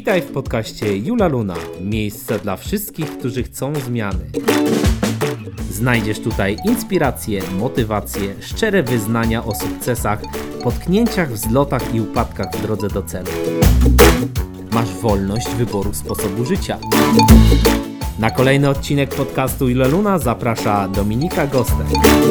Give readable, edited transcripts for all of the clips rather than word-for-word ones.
Witaj w podcaście Jula Luna, miejsce dla wszystkich, którzy chcą zmiany. Znajdziesz tutaj inspiracje, motywacje, szczere wyznania o sukcesach, potknięciach, wzlotach i upadkach w drodze do celu. Masz wolność wyboru sposobu życia. Na kolejny odcinek podcastu Jula Luna zaprasza Dominika Gostek.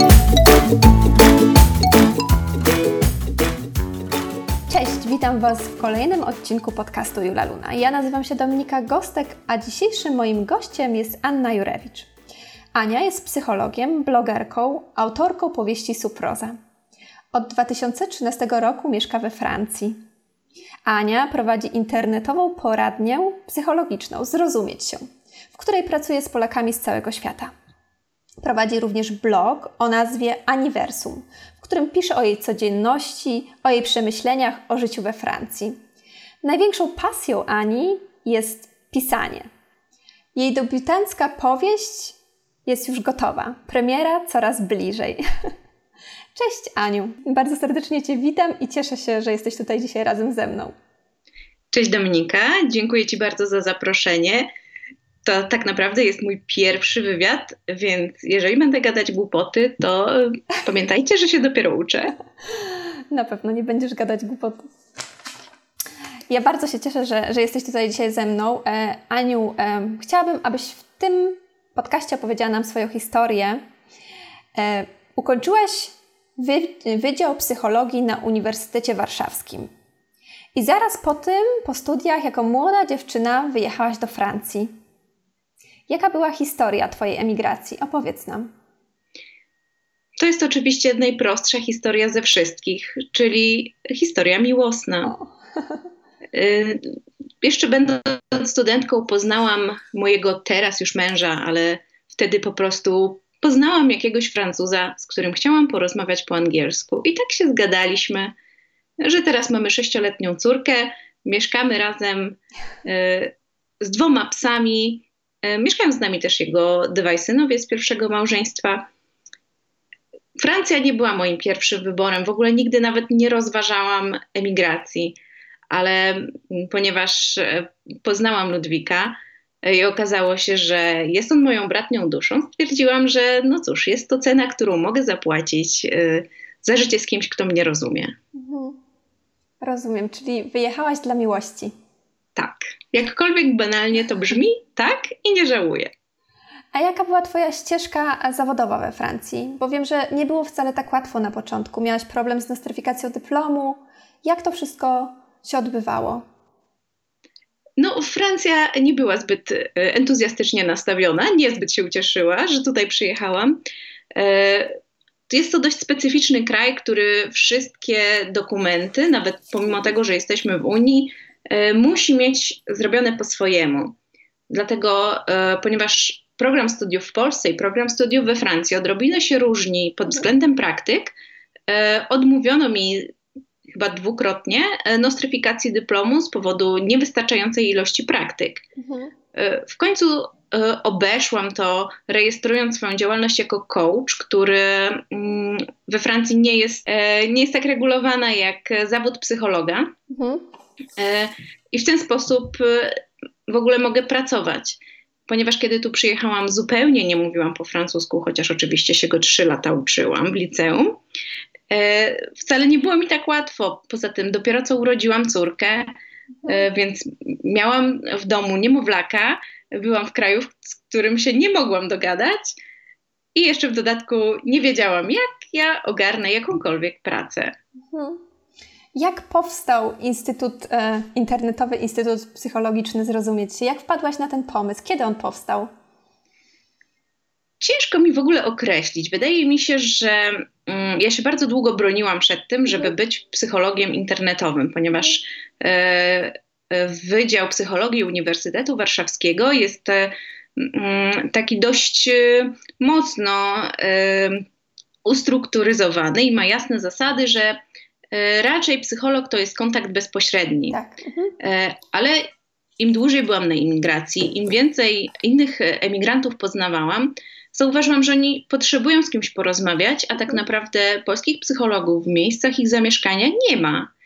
Cześć, witam Was w kolejnym odcinku podcastu Jula Luna. Ja nazywam się Dominika Gostek, a dzisiejszym moim gościem jest Anna Jurewicz. Ania jest psychologiem, blogerką, autorką powieści Suproza. Od 2013 roku mieszka we Francji. Ania prowadzi internetową poradnię psychologiczną Zrozumieć się, w której pracuje z Polakami z całego świata. Prowadzi również blog o nazwie Aniversum, w którym pisze o jej codzienności, o jej przemyśleniach o życiu we Francji. Największą pasją Ani jest pisanie. Jej debiutancka powieść jest już gotowa. Premiera coraz bliżej. Cześć Aniu, bardzo serdecznie Cię witam i cieszę się, że jesteś tutaj dzisiaj razem ze mną. Cześć Dominika, dziękuję Ci bardzo za zaproszenie. To tak naprawdę jest mój pierwszy wywiad, więc jeżeli będę gadać głupoty, to pamiętajcie, że się dopiero uczę. Na pewno nie będziesz gadać głupoty. Ja bardzo się cieszę, że jesteś tutaj dzisiaj ze mną. Aniu, chciałabym, abyś w tym podcaście opowiedziała nam swoją historię. Ukończyłaś Wydział Psychologii na Uniwersytecie Warszawskim. I zaraz po tym, po studiach, jako młoda dziewczyna wyjechałaś do Francji. Jaka była historia Twojej emigracji? Opowiedz nam. To jest oczywiście najprostsza historia ze wszystkich, czyli historia miłosna. Jeszcze będąc studentką poznałam mojego teraz już męża, ale wtedy po prostu poznałam jakiegoś Francuza, z którym chciałam porozmawiać po angielsku. I tak się zgadaliśmy, że teraz mamy 6-letnią córkę, mieszkamy razem z 2 psami. Mieszkają z nami też jego 2 synowie z pierwszego małżeństwa. Francja nie była moim pierwszym wyborem. W ogóle nigdy nawet nie rozważałam emigracji. Ale ponieważ poznałam Ludwika i okazało się, że jest on moją bratnią duszą, stwierdziłam, że no cóż, jest to cena, którą mogę zapłacić za życie z kimś, kto mnie rozumie. Rozumiem, czyli wyjechałaś dla miłości. Tak. Jakkolwiek banalnie to brzmi, tak i nie żałuję. A jaka była Twoja ścieżka zawodowa we Francji? Bo wiem, że nie było wcale tak łatwo na początku. Miałaś problem z nostryfikacją dyplomu. Jak to wszystko się odbywało? No, Francja nie była zbyt entuzjastycznie nastawiona, niezbyt się ucieszyła, że tutaj przyjechałam. Jest to dość specyficzny kraj, który wszystkie dokumenty, nawet pomimo tego, że jesteśmy w Unii, musi mieć zrobione po swojemu. Dlatego, ponieważ program studiów w Polsce i program studiów we Francji odrobinę się różni pod względem praktyk, odmówiono mi chyba 2-krotnie nostryfikacji dyplomu z powodu niewystarczającej ilości praktyk. W końcu obeszłam to, rejestrując swoją działalność jako coach, który we Francji nie jest tak regulowana jak zawód psychologa. I w ten sposób w ogóle mogę pracować. Ponieważ kiedy tu przyjechałam, zupełnie nie mówiłam po francusku, chociaż oczywiście się go 3 lata uczyłam w liceum. Wcale nie było mi tak łatwo. Poza tym dopiero co urodziłam córkę, więc miałam w domu niemowlaka, byłam w kraju, z którym się nie mogłam dogadać i jeszcze w dodatku nie wiedziałam, jak ja ogarnę jakąkolwiek pracę. Jak powstał internetowy Instytut Psychologiczny Zrozumieć się? Jak wpadłaś na ten pomysł? Kiedy on powstał? Ciężko mi w ogóle określić. Wydaje mi się, że ja się bardzo długo broniłam przed tym, żeby być psychologiem internetowym, ponieważ Wydział Psychologii Uniwersytetu Warszawskiego jest taki dość mocno ustrukturyzowany i ma jasne zasady, że raczej psycholog to jest kontakt bezpośredni. Tak. Ale im dłużej byłam na emigracji, im więcej innych emigrantów poznawałam, zauważyłam, że oni potrzebują z kimś porozmawiać, a tak naprawdę polskich psychologów w miejscach ich zamieszkania nie ma.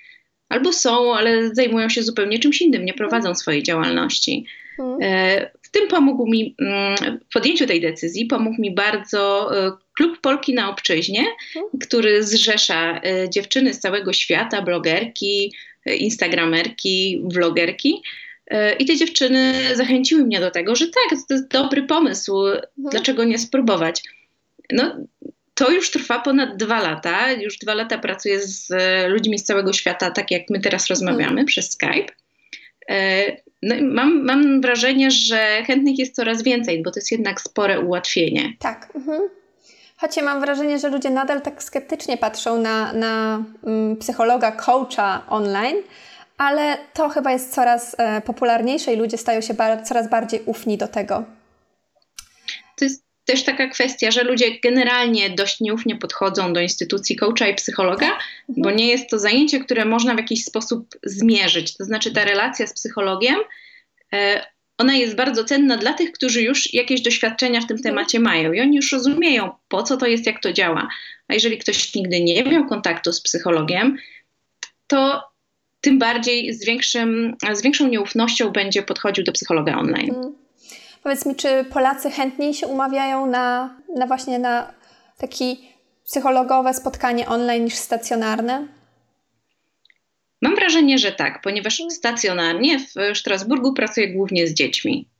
albo są, ale zajmują się zupełnie czymś innym, nie prowadzą swojej działalności. W tym pomógł mi, w podjęciu tej decyzji pomógł mi bardzo Klub Polki na Obczyźnie, który zrzesza dziewczyny z całego świata, blogerki, instagramerki, vlogerki. I te dziewczyny zachęciły mnie do tego, że tak, to jest dobry pomysł, dlaczego nie spróbować. No, to już trwa ponad 2 lata. Już 2 lata pracuję z ludźmi z całego świata, tak jak my teraz rozmawiamy przez Skype. No i mam wrażenie, że chętnych jest coraz więcej, bo to jest jednak spore ułatwienie. Tak. Choć ja mam wrażenie, że ludzie nadal tak skeptycznie patrzą na psychologa, coacha online, ale to chyba jest coraz popularniejsze i ludzie stają się coraz bardziej ufni do tego. To jest też taka kwestia, że ludzie generalnie dość nieufnie podchodzą do instytucji coacha i psychologa, bo nie jest to zajęcie, które można w jakiś sposób zmierzyć. To znaczy ta relacja z psychologiem, ona jest bardzo cenna dla tych, którzy już jakieś doświadczenia w tym temacie mają i oni już rozumieją, po co to jest, jak to działa. A jeżeli ktoś nigdy nie miał kontaktu z psychologiem, to tym bardziej z większą nieufnością będzie podchodził do psychologa online. Powiedz mi, czy Polacy chętniej się umawiają na takie psychologowe spotkanie online niż stacjonarne? Mam wrażenie, że tak, ponieważ stacjonarnie w Strasburgu pracuję głównie z dziećmi.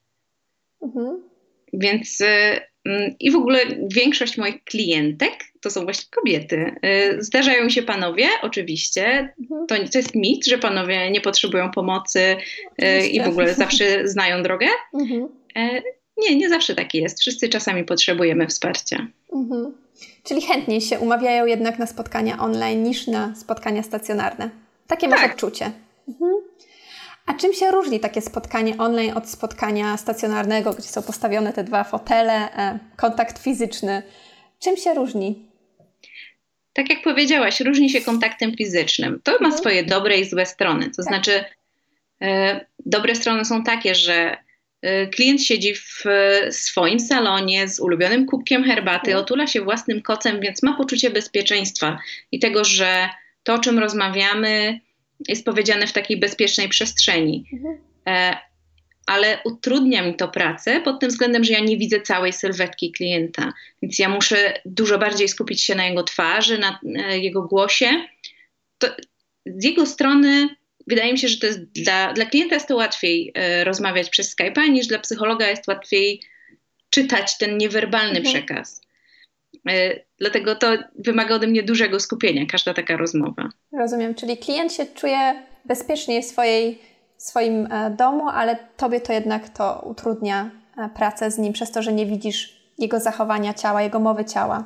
Więc i w ogóle większość moich klientek to są właśnie kobiety. Zdarzają się panowie, oczywiście. To jest mit, że panowie nie potrzebują pomocy i w ogóle zawsze znają drogę. Nie zawsze tak jest. Wszyscy czasami potrzebujemy wsparcia. Czyli chętniej się umawiają jednak na spotkania online niż na spotkania stacjonarne. Takie masz odczucie. A czym się różni takie spotkanie online od spotkania stacjonarnego, gdzie są postawione te 2 fotele, kontakt fizyczny? Czym się różni? Tak jak powiedziałaś, różni się kontaktem fizycznym. To ma swoje dobre i złe strony. To znaczy, dobre strony są takie, że klient siedzi w swoim salonie z ulubionym kubkiem herbaty, otula się własnym kocem, więc ma poczucie bezpieczeństwa i tego, że to, o czym rozmawiamy, jest powiedziane w takiej bezpiecznej przestrzeni. Ale utrudnia mi to pracę pod tym względem, że ja nie widzę całej sylwetki klienta. Więc ja muszę dużo bardziej skupić się na jego twarzy, na jego głosie. To z jego strony wydaje mi się, że to jest dla klienta jest to łatwiej rozmawiać przez Skype'a, niż dla psychologa jest łatwiej czytać ten niewerbalny przekaz. Dlatego to wymaga ode mnie dużego skupienia, każda taka rozmowa. Rozumiem, czyli klient się czuje bezpiecznie w swoim domu, ale tobie to jednak to utrudnia pracę z nim przez to, że nie widzisz jego zachowania ciała, jego mowy ciała.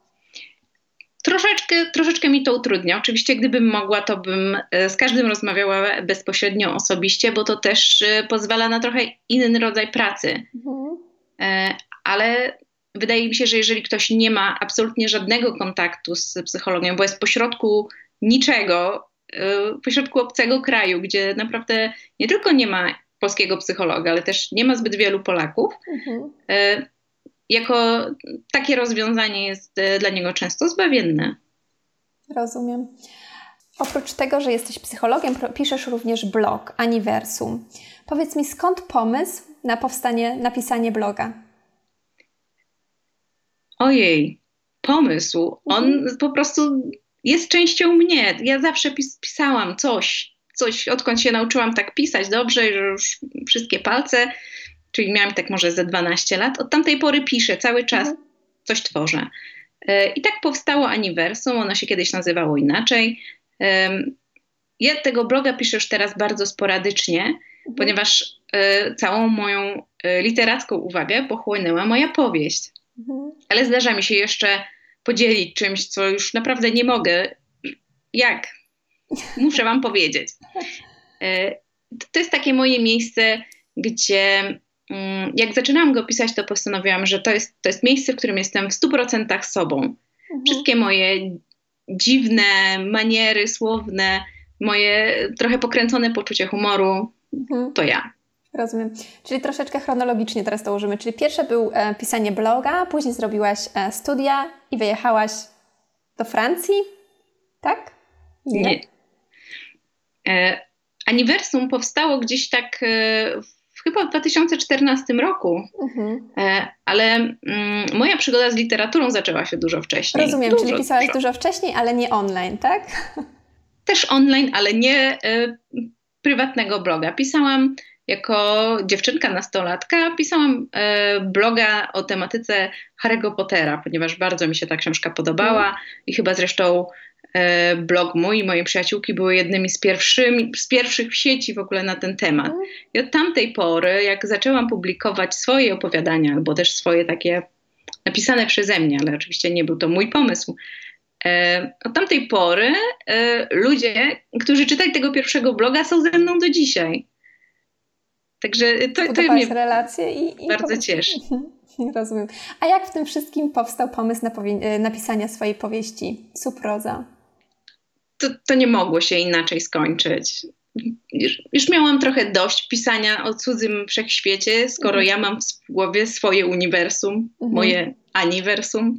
Troszeczkę mi to utrudnia. Oczywiście gdybym mogła, to bym z każdym rozmawiała bezpośrednio, osobiście, bo to też pozwala na trochę inny rodzaj pracy. Ale wydaje mi się, że jeżeli ktoś nie ma absolutnie żadnego kontaktu z psychologiem, bo jest pośrodku niczego, pośrodku obcego kraju, gdzie naprawdę nie tylko nie ma polskiego psychologa, ale też nie ma zbyt wielu Polaków, jako takie rozwiązanie jest dla niego często zbawienne. Rozumiem. Oprócz tego, że jesteś psychologiem, piszesz również blog Aniversum. Powiedz mi, skąd pomysł na napisanie bloga? Ojej, pomysł. On po prostu jest częścią mnie. Ja zawsze pisałam coś, odkąd się nauczyłam tak pisać dobrze, że już wszystkie palce, czyli miałam tak może ze 12 lat, od tamtej pory piszę, cały czas coś tworzę. I tak powstało Aniversum, ono się kiedyś nazywało inaczej. Ja tego bloga piszę już teraz bardzo sporadycznie, ponieważ całą moją literacką uwagę pochłonęła moja powieść. Ale zdarza mi się jeszcze podzielić czymś, co już naprawdę nie mogę. Jak? Muszę wam powiedzieć. To jest takie moje miejsce, gdzie jak zaczynałam go pisać, to postanowiłam, że to jest miejsce, w którym jestem w 100% sobą. Wszystkie moje dziwne maniery słowne, moje trochę pokręcone poczucie humoru, to ja. Rozumiem. Czyli troszeczkę chronologicznie teraz to ułożymy. Czyli pierwsze był pisanie bloga, później zrobiłaś studia i wyjechałaś do Francji, tak? Nie. Aniversum powstało gdzieś tak chyba w 2014 roku, ale moja przygoda z literaturą zaczęła się dużo wcześniej. Rozumiem, czyli pisałaś dużo wcześniej, ale nie online, tak? Też online, ale nie prywatnego bloga. Pisałam jako dziewczynka, nastolatka, pisałam bloga o tematyce Harry'ego Pottera, ponieważ bardzo mi się ta książka podobała i chyba zresztą blog mój i mojej przyjaciółki były jednymi z pierwszych w sieci w ogóle na ten temat. I od tamtej pory, jak zaczęłam publikować swoje opowiadania, albo też swoje takie napisane przeze mnie, ale oczywiście nie był to mój pomysł, od tamtej pory ludzie, którzy czytali tego pierwszego bloga, są ze mną do dzisiaj. Także to mnie relacje i bardzo cieszy. Rozumiem. A jak w tym wszystkim powstał pomysł napisania swojej powieści Suproza? To nie mogło się inaczej skończyć. Już miałam trochę dość pisania o cudzym wszechświecie, skoro ja mam w głowie swoje uniwersum, moje aniversum.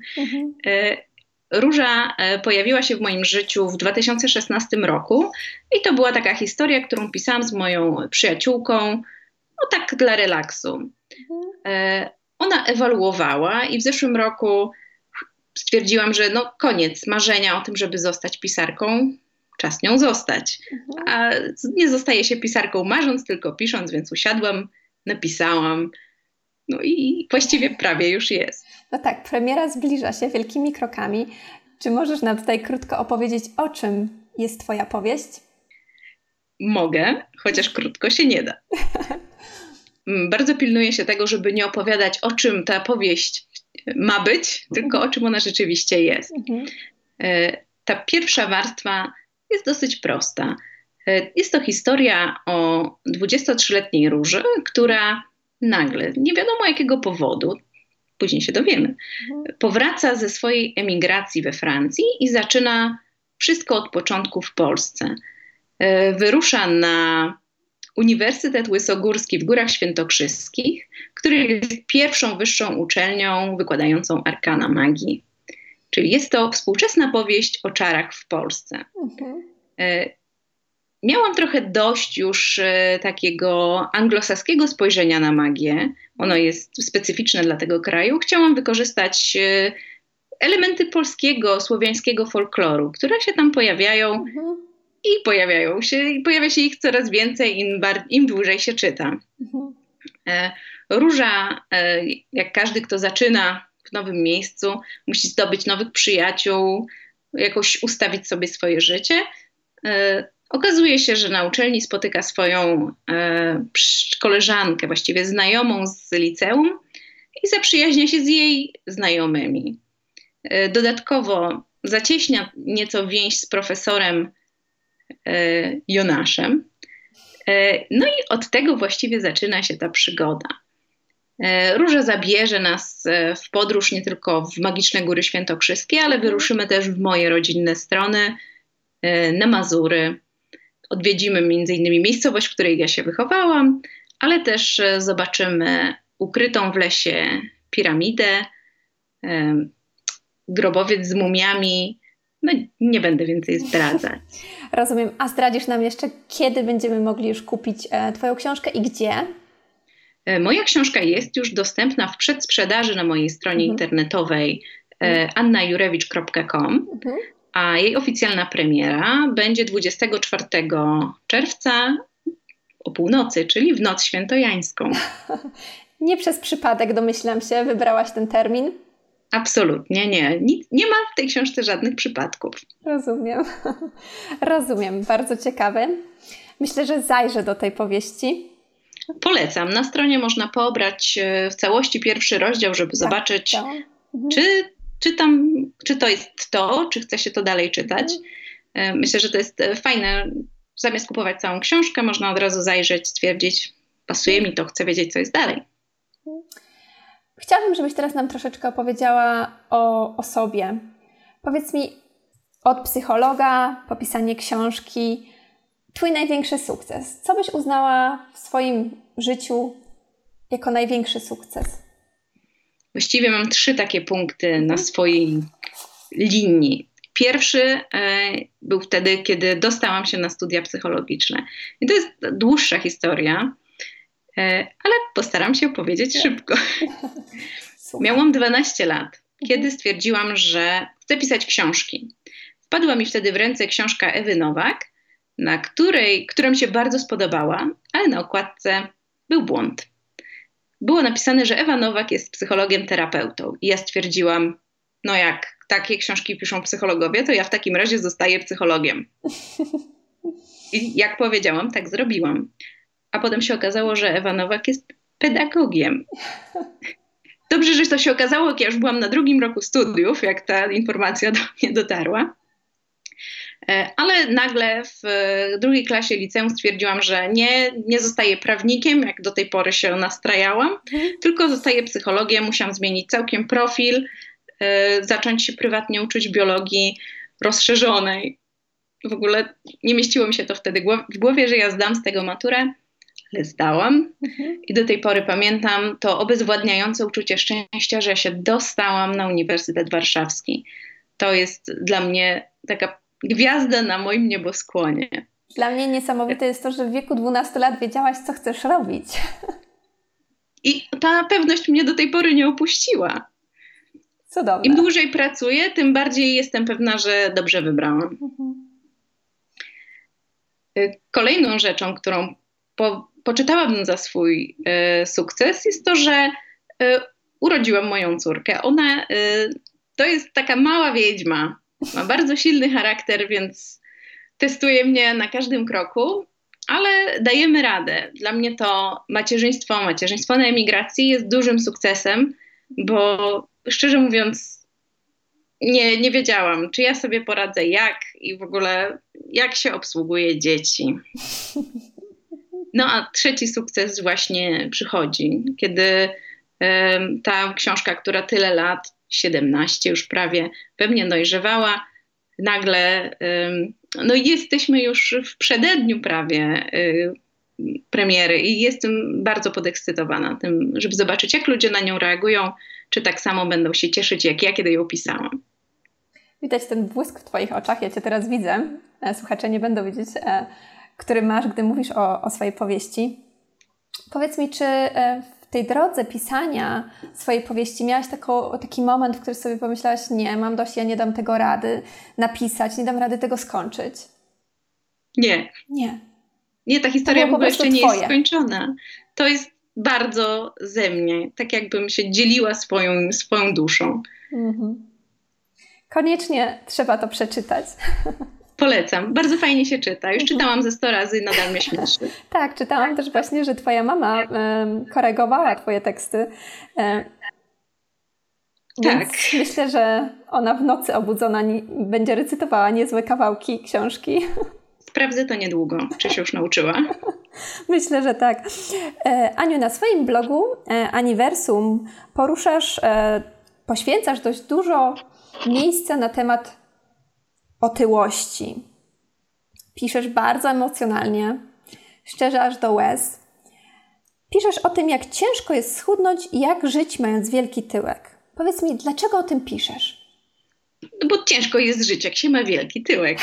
Róża pojawiła się w moim życiu w 2016 roku i to była taka historia, którą pisałam z moją przyjaciółką, no tak dla relaksu. Ona ewoluowała i w zeszłym roku stwierdziłam, że no koniec marzenia o tym, żeby zostać pisarką, czas nią zostać. A nie zostaje się pisarką marząc, tylko pisząc, więc usiadłam, napisałam. No i właściwie prawie już jest. No tak, premiera zbliża się wielkimi krokami. Czy możesz nam tutaj krótko opowiedzieć, o czym jest Twoja powieść? Mogę, chociaż krótko się nie da. Bardzo pilnuję się tego, żeby nie opowiadać, o czym ta powieść ma być, tylko o czym ona rzeczywiście jest. Ta pierwsza warstwa jest dosyć prosta. Jest to historia o 23-letniej Róży, która nagle, nie wiadomo jakiego powodu, później się dowiemy, powraca ze swojej emigracji we Francji i zaczyna wszystko od początku w Polsce. Wyrusza na Uniwersytet Łysogórski w Górach Świętokrzyskich, który jest pierwszą wyższą uczelnią wykładającą arkana magii. Czyli jest to współczesna powieść o czarach w Polsce. Miałam trochę dość już takiego anglosaskiego spojrzenia na magię. Ono jest specyficzne dla tego kraju. Chciałam wykorzystać elementy polskiego, słowiańskiego folkloru, które się tam pojawiają i pojawiają się. I pojawia się ich coraz więcej, im dłużej się czyta. Róża, jak każdy, kto zaczyna w nowym miejscu, musi zdobyć nowych przyjaciół, jakoś ustawić sobie swoje życie. Okazuje się, że na uczelni spotyka swoją koleżankę, właściwie znajomą z liceum i zaprzyjaźnia się z jej znajomymi. Dodatkowo zacieśnia nieco więź z profesorem Jonaszem. No i od tego właściwie zaczyna się ta przygoda. Róża zabierze nas w podróż nie tylko w magiczne Góry Świętokrzyskie, ale wyruszymy też w moje rodzinne strony, na Mazury. Odwiedzimy m.in. miejscowość, w której ja się wychowałam, ale też zobaczymy ukrytą w lesie piramidę, grobowiec z mumiami. No nie będę więcej zdradzać. Rozumiem. A zdradzisz nam jeszcze, kiedy będziemy mogli już kupić Twoją książkę i gdzie? Moja książka jest już dostępna w przedsprzedaży na mojej stronie internetowej annajurewicz.com, a jej oficjalna premiera będzie 24 czerwca o północy, czyli w noc świętojańską. Nie przez przypadek, domyślam się, wybrałaś ten termin? Absolutnie nie. Nie ma w tej książce żadnych przypadków. Rozumiem. Rozumiem. Bardzo ciekawe. Myślę, że zajrzę do tej powieści. Polecam. Na stronie można pobrać w całości pierwszy rozdział, żeby zobaczyć, czy to jest to, czy chce się to dalej czytać. Myślę, że to jest fajne. Zamiast kupować całą książkę, można od razu zajrzeć, stwierdzić, pasuje mi to, chcę wiedzieć, co jest dalej. Chciałabym, żebyś teraz nam troszeczkę opowiedziała o sobie. Powiedz mi, od psychologa po pisanie książki, Twój największy sukces. Co byś uznała w swoim życiu jako największy sukces? Właściwie mam 3 takie punkty na swojej linii. Pierwszy był wtedy, kiedy dostałam się na studia psychologiczne. I to jest dłuższa historia, ale postaram się opowiedzieć szybko. Miałam 12 lat, kiedy stwierdziłam, że chcę pisać książki. Wpadła mi wtedy w ręce książka Ewy Nowak, która mi się bardzo spodobała, ale na okładce był błąd. Było napisane, że Ewa Nowak jest psychologiem, terapeutą. I ja stwierdziłam, no jak takie książki piszą psychologowie, to ja w takim razie zostaję psychologiem. I jak powiedziałam, tak zrobiłam. A potem się okazało, że Ewa Nowak jest pedagogiem. Dobrze, że to się okazało, jak ja już byłam na 2. roku studiów, jak ta informacja do mnie dotarła. Ale nagle w 2. klasie liceum stwierdziłam, że nie zostaję prawnikiem, jak do tej pory się nastrajałam, tylko zostaję psychologiem. Musiałam zmienić całkiem profil, zacząć się prywatnie uczyć biologii rozszerzonej. W ogóle nie mieściło mi się to wtedy w głowie, że ja zdam z tego maturę, ale zdałam. I do tej pory pamiętam to obezwładniające uczucie szczęścia, że ja się dostałam na Uniwersytet Warszawski. To jest dla mnie taka gwiazda na moim nieboskłonie. Dla mnie niesamowite jest to, że w wieku 12 lat wiedziałaś, co chcesz robić. I ta pewność mnie do tej pory nie opuściła. Cudowne. Im dłużej pracuję, tym bardziej jestem pewna, że dobrze wybrałam. Kolejną rzeczą, którą poczytałabym za swój sukces, jest to, że urodziłam moją córkę. Ona to jest taka mała wiedźma. Ma bardzo silny charakter, więc testuje mnie na każdym kroku, ale dajemy radę. Dla mnie to macierzyństwo na emigracji jest dużym sukcesem, bo szczerze mówiąc nie wiedziałam, czy ja sobie poradzę, jak i w ogóle jak się obsługuje dzieci. No a 3. sukces właśnie przychodzi, kiedy ta książka, która tyle lat, 17 już prawie, we mnie dojrzewała, nagle no jesteśmy już w przededniu prawie premiery i jestem bardzo podekscytowana tym, żeby zobaczyć, jak ludzie na nią reagują, czy tak samo będą się cieszyć, jak ja, kiedy ją pisałam. Widać ten błysk w Twoich oczach, ja Cię teraz widzę. Słuchacze nie będą widzieć, który masz, gdy mówisz o swojej powieści. Powiedz mi, czy w tej drodze pisania swojej powieści miałaś taki moment, w którym sobie pomyślałaś, nie, mam dość, ja nie dam tego rady napisać, nie dam rady tego skończyć? Nie. Nie, ta historia w ogóle jeszcze nie jest skończona. To jest bardzo ze mnie, tak jakbym się dzieliła swoją duszą. Koniecznie trzeba to przeczytać. Polecam. Bardzo fajnie się czyta. Już czytałam ze 100 razy i nadal mnie śmieszy. Tak, czytałam też właśnie, że Twoja mama korygowała Twoje teksty. Tak. Więc myślę, że ona w nocy obudzona będzie recytowała niezłe kawałki książki. Sprawdzę to niedługo, czy się już nauczyła. Myślę, że tak. Aniu, na swoim blogu Aniversum poświęcasz dość dużo miejsca na temat otyłości. Piszesz bardzo emocjonalnie, szczerze aż do łez. Piszesz o tym, jak ciężko jest schudnąć i jak żyć, mając wielki tyłek. Powiedz mi, dlaczego o tym piszesz? No bo ciężko jest żyć, jak się ma wielki tyłek.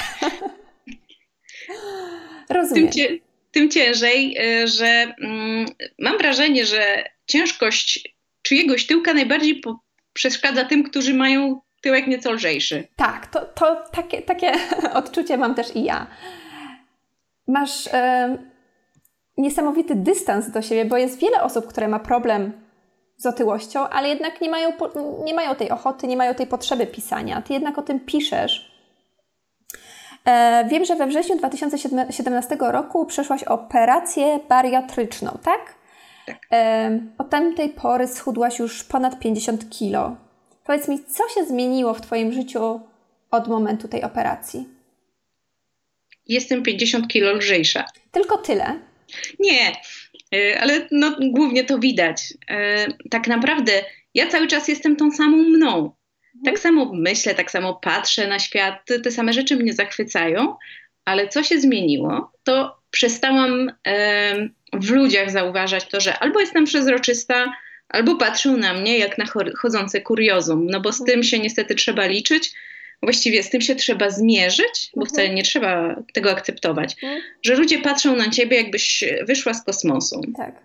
Rozumiem. Tym ciężej, że mam wrażenie, że ciężkość czyjegoś tyłka najbardziej przeszkadza tym, którzy mają tyłek nieco lżejszy. Tak, to takie odczucie mam też i ja. Masz niesamowity dystans do siebie, bo jest wiele osób, które ma problem z otyłością, ale jednak nie mają tej ochoty, nie mają tej potrzeby pisania. Ty jednak o tym piszesz. Wiem, że we wrześniu 2017 roku przeszłaś operację bariatryczną, tak? Tak. Od tamtej pory schudłaś już ponad 50 kilo. Powiedz mi, co się zmieniło w Twoim życiu od momentu tej operacji? Jestem 50 kilo lżejsza. Tylko tyle? Nie, ale głównie to widać. Tak naprawdę ja cały czas jestem tą samą mną. Tak samo myślę, tak samo patrzę na świat, te same rzeczy mnie zachwycają, ale co się zmieniło, to przestałam w ludziach zauważać to, że albo jestem przezroczysta, albo patrzą na mnie jak na chodzące kuriozum, no bo z tym się niestety trzeba liczyć. właściwie z tym się trzeba zmierzyć, bo wcale nie trzeba tego akceptować, że ludzie patrzą na ciebie, jakbyś wyszła z kosmosu. Tak.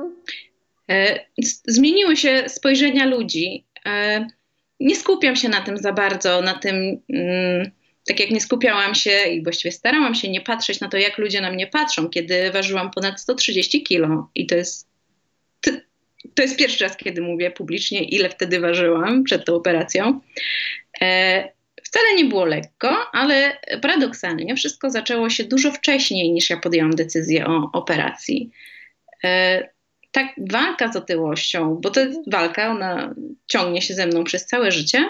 Zmieniły się spojrzenia ludzi. Nie skupiam się na tym za bardzo, na tym, tak jak nie skupiałam się i właściwie starałam się nie patrzeć na to, jak ludzie na mnie patrzą, kiedy ważyłam ponad 130 kilo. I to jest pierwszy raz, kiedy mówię publicznie, ile wtedy ważyłam przed tą operacją. Wcale nie było lekko, ale paradoksalnie wszystko zaczęło się dużo wcześniej, niż ja podjęłam decyzję o operacji. Tak, walka z otyłością, bo to jest walka, ona ciągnie się ze mną przez całe życie.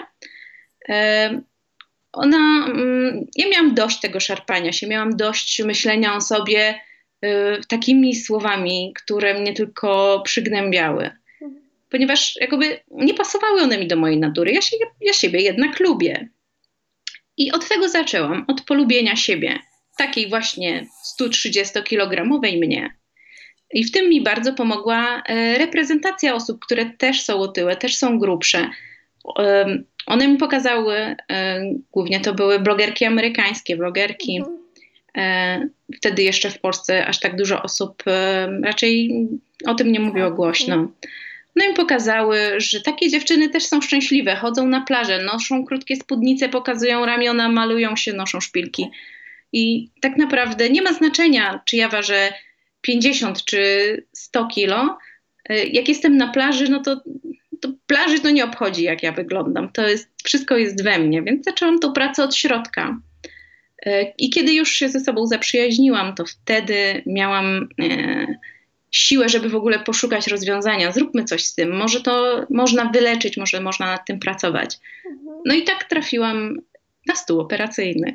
Ja miałam dość tego szarpania się, miałam dość myślenia o sobie takimi słowami, które mnie tylko przygnębiały. Ponieważ jakoby nie pasowały one mi do mojej natury. Ja siebie jednak lubię. I od tego zaczęłam, od polubienia siebie. Takiej właśnie 130-kilogramowej mnie. I w tym mi bardzo pomogła reprezentacja osób, które też są otyłe, też są grubsze. One mi pokazały, głównie to były blogerki amerykańskie, blogerki. Wtedy jeszcze w Polsce aż tak dużo osób raczej o tym nie mówiło głośno. No i pokazały, że takie dziewczyny też są szczęśliwe, chodzą na plażę, noszą krótkie spódnice, pokazują ramiona, malują się, noszą szpilki. I tak naprawdę nie ma znaczenia, czy ja ważę 50 czy 100 kilo. Jak jestem na plaży, no to plaży to nie obchodzi, jak ja wyglądam. Wszystko jest we mnie, więc zaczęłam tą pracę od środka. I kiedy już się ze sobą zaprzyjaźniłam, to wtedy miałam siłę, żeby w ogóle poszukać rozwiązania. Zróbmy coś z tym. Może to można wyleczyć, może można nad tym pracować. No i tak trafiłam na stół operacyjny.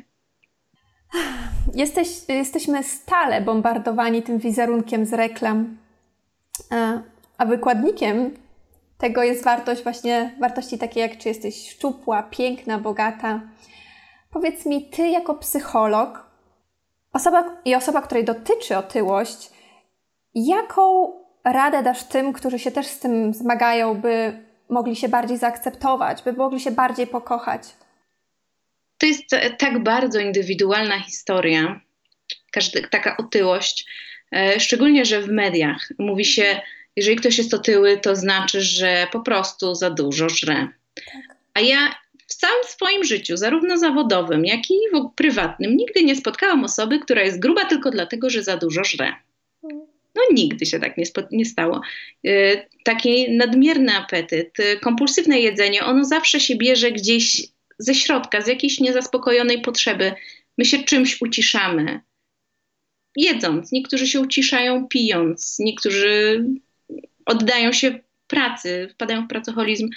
Jesteśmy stale bombardowani tym wizerunkiem z reklam, a wykładnikiem tego jest wartości takie jak czy jesteś szczupła, piękna, bogata. Powiedz mi, ty jako psycholog, osoba, której dotyczy otyłość, jaką radę dasz tym, którzy się też z tym zmagają, by mogli się bardziej zaakceptować, by mogli się bardziej pokochać? To jest tak bardzo indywidualna historia, taka otyłość, szczególnie, że w mediach mówi się, jeżeli ktoś jest otyły, to znaczy, że po prostu za dużo żre. Tak. A ja w całym swoim życiu, zarówno zawodowym, jak i prywatnym, nigdy nie spotkałam osoby, która jest gruba tylko dlatego, że za dużo żre. No nigdy się tak nie stało. Taki nadmierny apetyt, kompulsywne jedzenie, ono zawsze się bierze gdzieś ze środka, z jakiejś niezaspokojonej potrzeby. My się czymś uciszamy. Jedząc, niektórzy się uciszają pijąc, niektórzy oddają się pracy, wpadają w pracoholizm.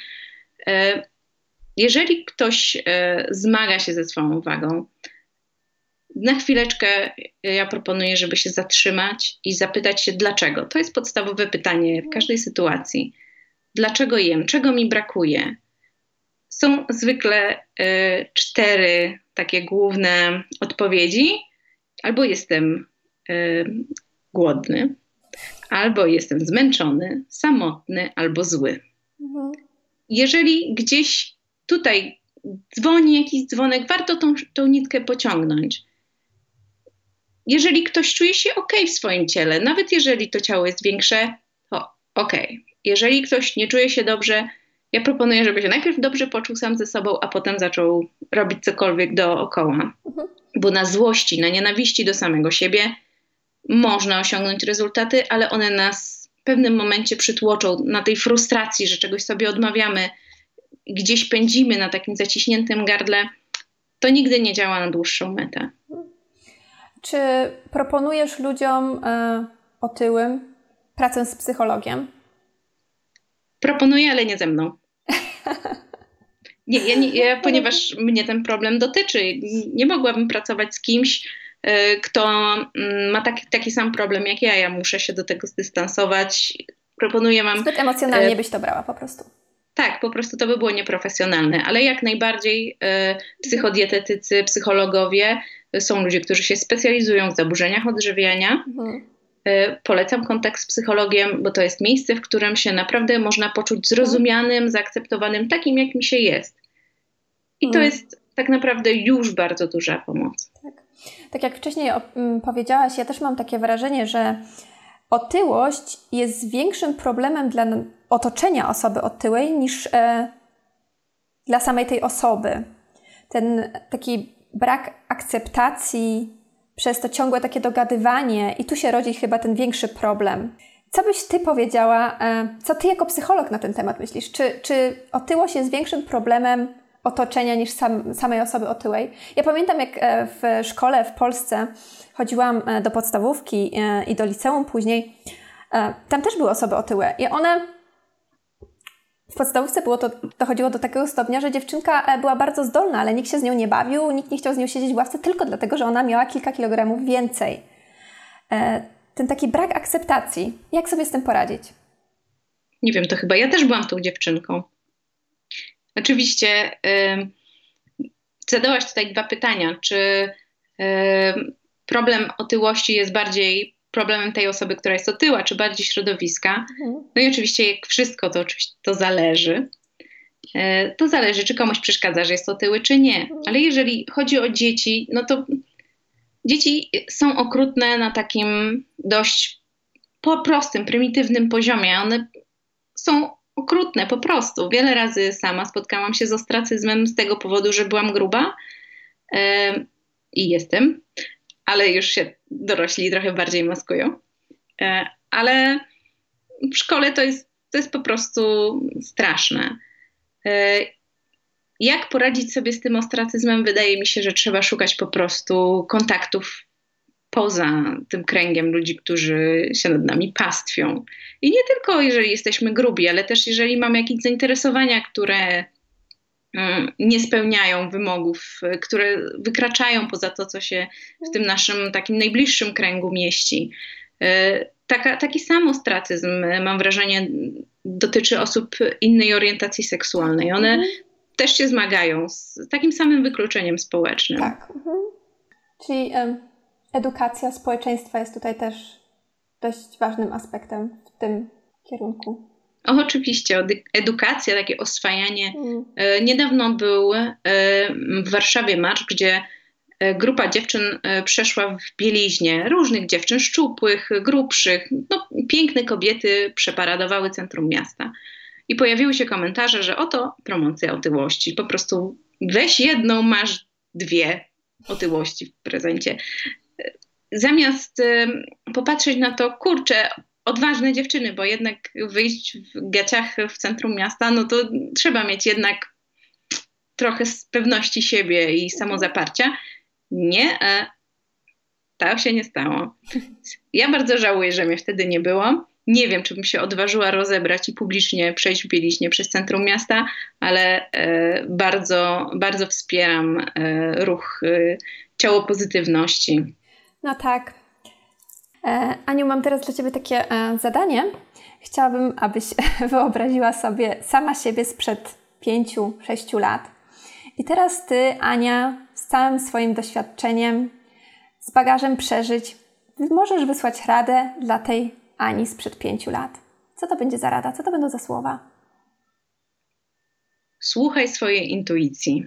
Jeżeli ktoś zmaga się ze swoją wagą, na chwileczkę ja proponuję, żeby się zatrzymać i zapytać się dlaczego. To jest podstawowe pytanie w każdej sytuacji. Dlaczego jem? Czego mi brakuje? Są zwykle 4 takie główne odpowiedzi. Albo jestem głodny, albo jestem zmęczony, samotny, albo zły. Jeżeli gdzieś tutaj dzwoni jakiś dzwonek, warto tą nitkę pociągnąć. Jeżeli ktoś czuje się okej w swoim ciele, nawet jeżeli to ciało jest większe, to okej. Jeżeli ktoś nie czuje się dobrze, ja proponuję, żeby się najpierw dobrze poczuł sam ze sobą, a potem zaczął robić cokolwiek dookoła. Bo na złości, na nienawiści do samego siebie można osiągnąć rezultaty, ale one nas w pewnym momencie przytłoczą na tej frustracji, że czegoś sobie odmawiamy, gdzieś pędzimy na takim zaciśniętym gardle. To nigdy nie działa na dłuższą metę. Czy proponujesz ludziom otyłym pracę z psychologiem? Proponuję, ale nie ze mną. Ja, ponieważ mnie ten problem dotyczy, nie mogłabym pracować z kimś, kto ma taki sam problem jak ja. Ja muszę się do tego zdystansować. Proponuję wam... Zbyt emocjonalnie byś to brała po prostu. Tak, po prostu to by było nieprofesjonalne, ale jak najbardziej psychodietetycy, psychologowie, są ludzie, którzy się specjalizują w zaburzeniach odżywiania. Polecam kontakt z psychologiem, bo to jest miejsce, w którym się naprawdę można poczuć zrozumianym, zaakceptowanym, takim jak mi się jest. I to jest tak naprawdę już bardzo duża pomoc. Tak jak wcześniej powiedziałaś, ja też mam takie wrażenie, że otyłość jest większym problemem dla otoczenia osoby otyłej niż dla samej tej osoby. Ten taki brak akceptacji, przez to ciągłe takie dogadywanie i tu się rodzi chyba ten większy problem. Co byś Ty powiedziała, co Ty jako psycholog na ten temat myślisz? Czy otyłość jest większym problemem otoczenia niż samej osoby otyłej? Ja pamiętam, jak w szkole w Polsce chodziłam do podstawówki i do liceum później, tam też były osoby otyłe i one w podstawówce dochodziło do takiego stopnia, że dziewczynka była bardzo zdolna, ale nikt się z nią nie bawił, nikt nie chciał z nią siedzieć w ławce tylko dlatego, że ona miała kilka kilogramów więcej. Ten taki brak akceptacji. Jak sobie z tym poradzić? Nie wiem, to chyba ja też byłam tą dziewczynką. Oczywiście zadałaś tutaj 2 pytania. Czy problem otyłości jest bardziej problemem tej osoby, która jest otyła, czy bardziej środowiska? No i oczywiście jak wszystko, to oczywiście to zależy. To zależy, czy komuś przeszkadza, że jest otyły, czy nie. Ale jeżeli chodzi o dzieci, no to dzieci są okrutne na takim dość prostym, prymitywnym poziomie. One są okrutne po prostu. Wiele razy sama spotkałam się z ostracyzmem z tego powodu, że byłam gruba i jestem, ale już się dorośli trochę bardziej maskują. Ale w szkole to jest po prostu straszne. Jak poradzić sobie z tym ostracyzmem? Wydaje mi się, że trzeba szukać po prostu kontaktów poza tym kręgiem ludzi, którzy się nad nami pastwią. I nie tylko jeżeli jesteśmy grubi, ale też jeżeli mamy jakieś zainteresowania, które nie spełniają wymogów, które wykraczają poza to, co się w tym naszym takim najbliższym kręgu mieści. Taki sam ostracyzm, mam wrażenie, dotyczy osób innej orientacji seksualnej. One też się zmagają z takim samym wykluczeniem społecznym. Tak. Czyli edukacja społeczeństwa jest tutaj też dość ważnym aspektem w tym kierunku. Oczywiście, edukacja, takie oswajanie. Niedawno był w Warszawie marsz, gdzie grupa dziewczyn przeszła w bieliźnie, różnych dziewczyn, szczupłych, grubszych, piękne kobiety przeparadowały centrum miasta. I pojawiły się komentarze, że oto promocja otyłości. Po prostu weź jedną, masz 2 otyłości w prezencie. Zamiast popatrzeć na to, kurczę, odważne dziewczyny, bo jednak wyjść w gaciach w centrum miasta, no to trzeba mieć jednak trochę z pewności siebie i samozaparcia. Nie, tak się nie stało. Ja bardzo żałuję, że mnie wtedy nie było. Nie wiem, czy bym się odważyła rozebrać i publicznie przejść w bieliźnie przez centrum miasta, ale bardzo, bardzo wspieram ruch ciało pozytywności. No tak. Aniu, mam teraz dla Ciebie takie zadanie. Chciałabym, abyś wyobraziła sobie sama siebie sprzed 5-6 lat. I teraz Ty, Ania, z całym swoim doświadczeniem, z bagażem przeżyć, możesz wysłać radę dla tej Ani sprzed 5 lat. Co to będzie za rada? Co to będą za słowa? Słuchaj swojej intuicji.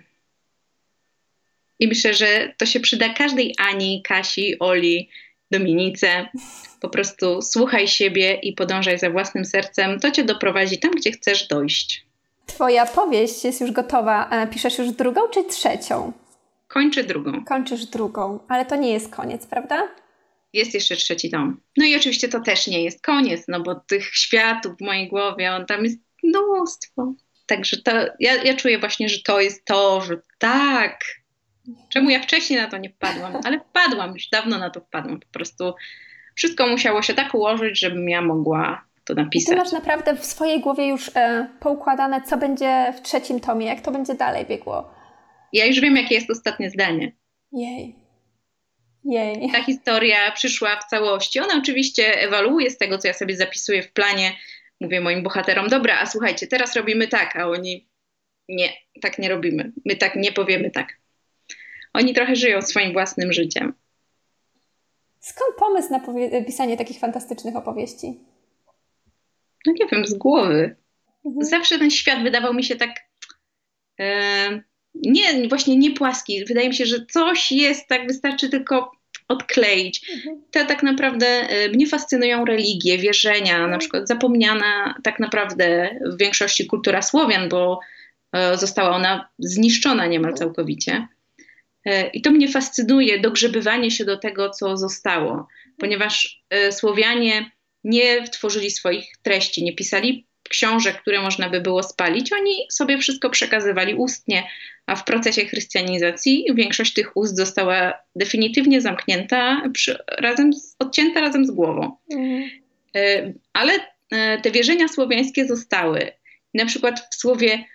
I myślę, że to się przyda każdej Ani, Kasi, Oli, Dominice. Po prostu słuchaj siebie i podążaj za własnym sercem. To Cię doprowadzi tam, gdzie chcesz dojść. Twoja powieść jest już gotowa. Piszesz już 2. czy 3? Kończę 2. Kończysz 2, ale to nie jest koniec, prawda? Jest jeszcze 3 tom. No i oczywiście to też nie jest koniec, no bo tych światów w mojej głowie, tam jest mnóstwo. Także ja czuję właśnie, że to jest to, że tak. Czemu ja wcześniej na to nie wpadłam? Ale wpadłam, już dawno na to wpadłam. Po prostu wszystko musiało się tak ułożyć, żebym ja mogła to napisać. I Ty masz naprawdę w swojej głowie już poukładane, co będzie w 3 tomie, jak to będzie dalej biegło. Ja już wiem, jakie jest ostatnie zdanie. Jej. Ta historia przyszła w całości. Ona oczywiście ewoluuje z tego, co ja sobie zapisuję w planie. Mówię moim bohaterom, dobra, a słuchajcie, teraz robimy tak, a oni nie, tak nie robimy. My tak nie powiemy tak. Oni trochę żyją swoim własnym życiem. Skąd pomysł na pisanie takich fantastycznych opowieści? No nie wiem, z głowy. Zawsze ten świat wydawał mi się tak właśnie nie płaski. Wydaje mi się, że coś jest, tak wystarczy tylko odkleić. Te tak naprawdę mnie fascynują religie, wierzenia, na przykład zapomniana tak naprawdę w większości kultura Słowian, bo została ona zniszczona niemal całkowicie. I to mnie fascynuje, dogrzebywanie się do tego, co zostało, ponieważ Słowianie nie tworzyli swoich treści, nie pisali książek, które można by było spalić. Oni sobie wszystko przekazywali ustnie, a w procesie chrystianizacji większość tych ust została definitywnie zamknięta, odcięta razem z głową. Ale te wierzenia słowiańskie zostały. Na przykład w słowie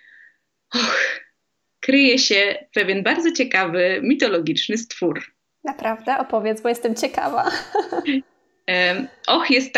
kryje się pewien bardzo ciekawy, mitologiczny stwór. Naprawdę? Opowiedz, bo jestem ciekawa. Jest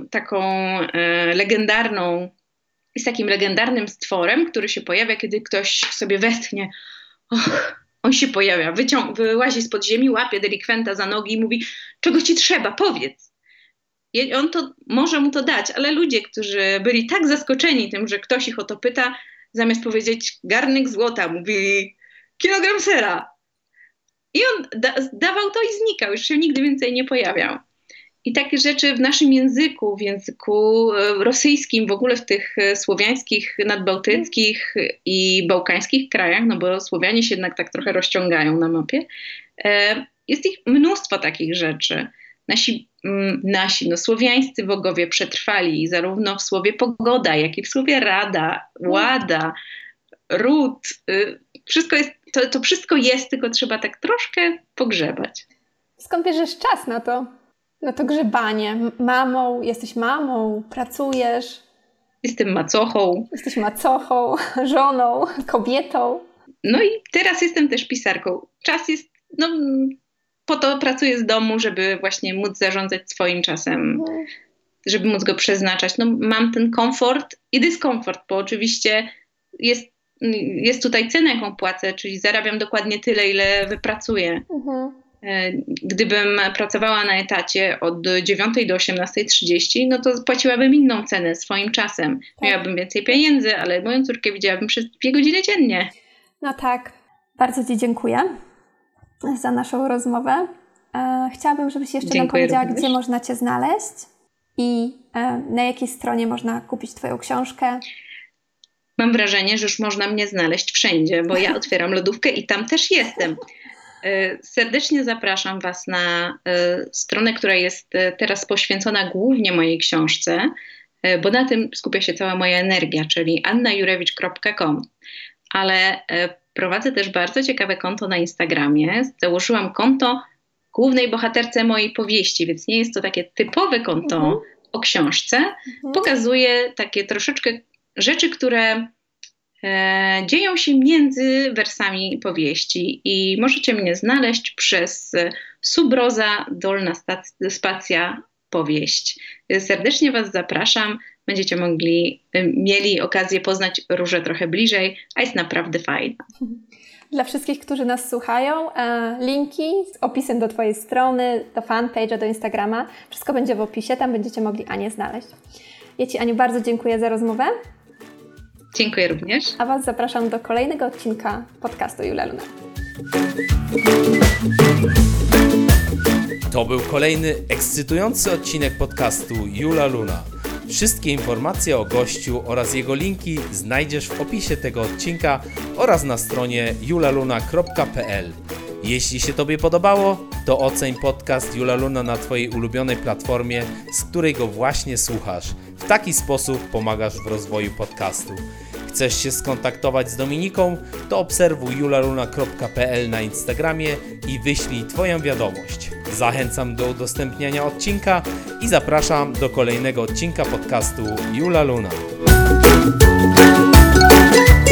takim legendarnym stworem, który się pojawia, kiedy ktoś sobie westchnie. On się pojawia, wyłazi spod ziemi, łapie delikwenta za nogi i mówi: czego ci trzeba, powiedz. I on może mu to dać, ale ludzie, którzy byli tak zaskoczeni tym, że ktoś ich o to pyta, zamiast powiedzieć garnek złota, mówili kilogram sera. I on dawał to i znikał, już się nigdy więcej nie pojawiał. I takie rzeczy w naszym języku, w języku rosyjskim, w ogóle w tych słowiańskich, nadbałtyckich i bałkańskich krajach, no bo Słowianie się jednak tak trochę rozciągają na mapie, jest ich mnóstwo takich rzeczy. Nasi słowiańscy bogowie przetrwali zarówno w słowie pogoda, jak i w słowie rada, łada, ród. Wszystko jest, to wszystko jest, tylko trzeba tak troszkę pogrzebać. Skąd bierzesz czas na to? Na to grzebanie? Jesteś mamą, pracujesz? Jestem macochą. Jesteś macochą, żoną, kobietą. No i teraz jestem też pisarką. Czas jest, po to pracuję z domu, żeby właśnie móc zarządzać swoim czasem, żeby móc go przeznaczać. Mam ten komfort i dyskomfort, bo oczywiście jest tutaj cena, jaką płacę, czyli zarabiam dokładnie tyle, ile wypracuję. Gdybym pracowała na etacie od 9 do 18:30, no to płaciłabym inną cenę swoim czasem. Miałabym więcej pieniędzy, ale moją córkę widziałabym przez 2 godziny dziennie. No tak. Bardzo Ci dziękuję za naszą rozmowę. Chciałabym, żebyś jeszcze nam powiedziała, również. Gdzie można Cię znaleźć i na jakiej stronie można kupić Twoją książkę. Mam wrażenie, że już można mnie znaleźć wszędzie, bo ja otwieram lodówkę i tam też jestem. Serdecznie zapraszam Was na stronę, która jest teraz poświęcona głównie mojej książce, bo na tym skupia się cała moja energia, czyli annajurewicz.com. Ale prowadzę też bardzo ciekawe konto na Instagramie. Założyłam konto głównej bohaterce mojej powieści, więc nie jest to takie typowe konto o książce. Pokazuję takie troszeczkę rzeczy, które dzieją się między wersami powieści i możecie mnie znaleźć przez Subroza Dolna Spacja Powieść. Serdecznie Was zapraszam. Będziecie mieli okazję poznać Różę trochę bliżej, a jest naprawdę fajna. Dla wszystkich, którzy nas słuchają, linki z opisem do Twojej strony, do fanpage'a, do Instagrama, wszystko będzie w opisie, tam będziecie mogli Anię znaleźć. Ja Ci, Aniu, bardzo dziękuję za rozmowę. Dziękuję również. A Was zapraszam do kolejnego odcinka podcastu Jula Luna. To był kolejny ekscytujący odcinek podcastu Jula Luna. Wszystkie informacje o gościu oraz jego linki znajdziesz w opisie tego odcinka oraz na stronie julaluna.pl. Jeśli się Tobie podobało, to oceń podcast Jula Luna na Twojej ulubionej platformie, z której go właśnie słuchasz. W taki sposób pomagasz w rozwoju podcastu. Chcesz się skontaktować z Dominiką? To obserwuj julaluna.pl na Instagramie i wyślij Twoją wiadomość. Zachęcam do udostępniania odcinka i zapraszam do kolejnego odcinka podcastu Jula Luna.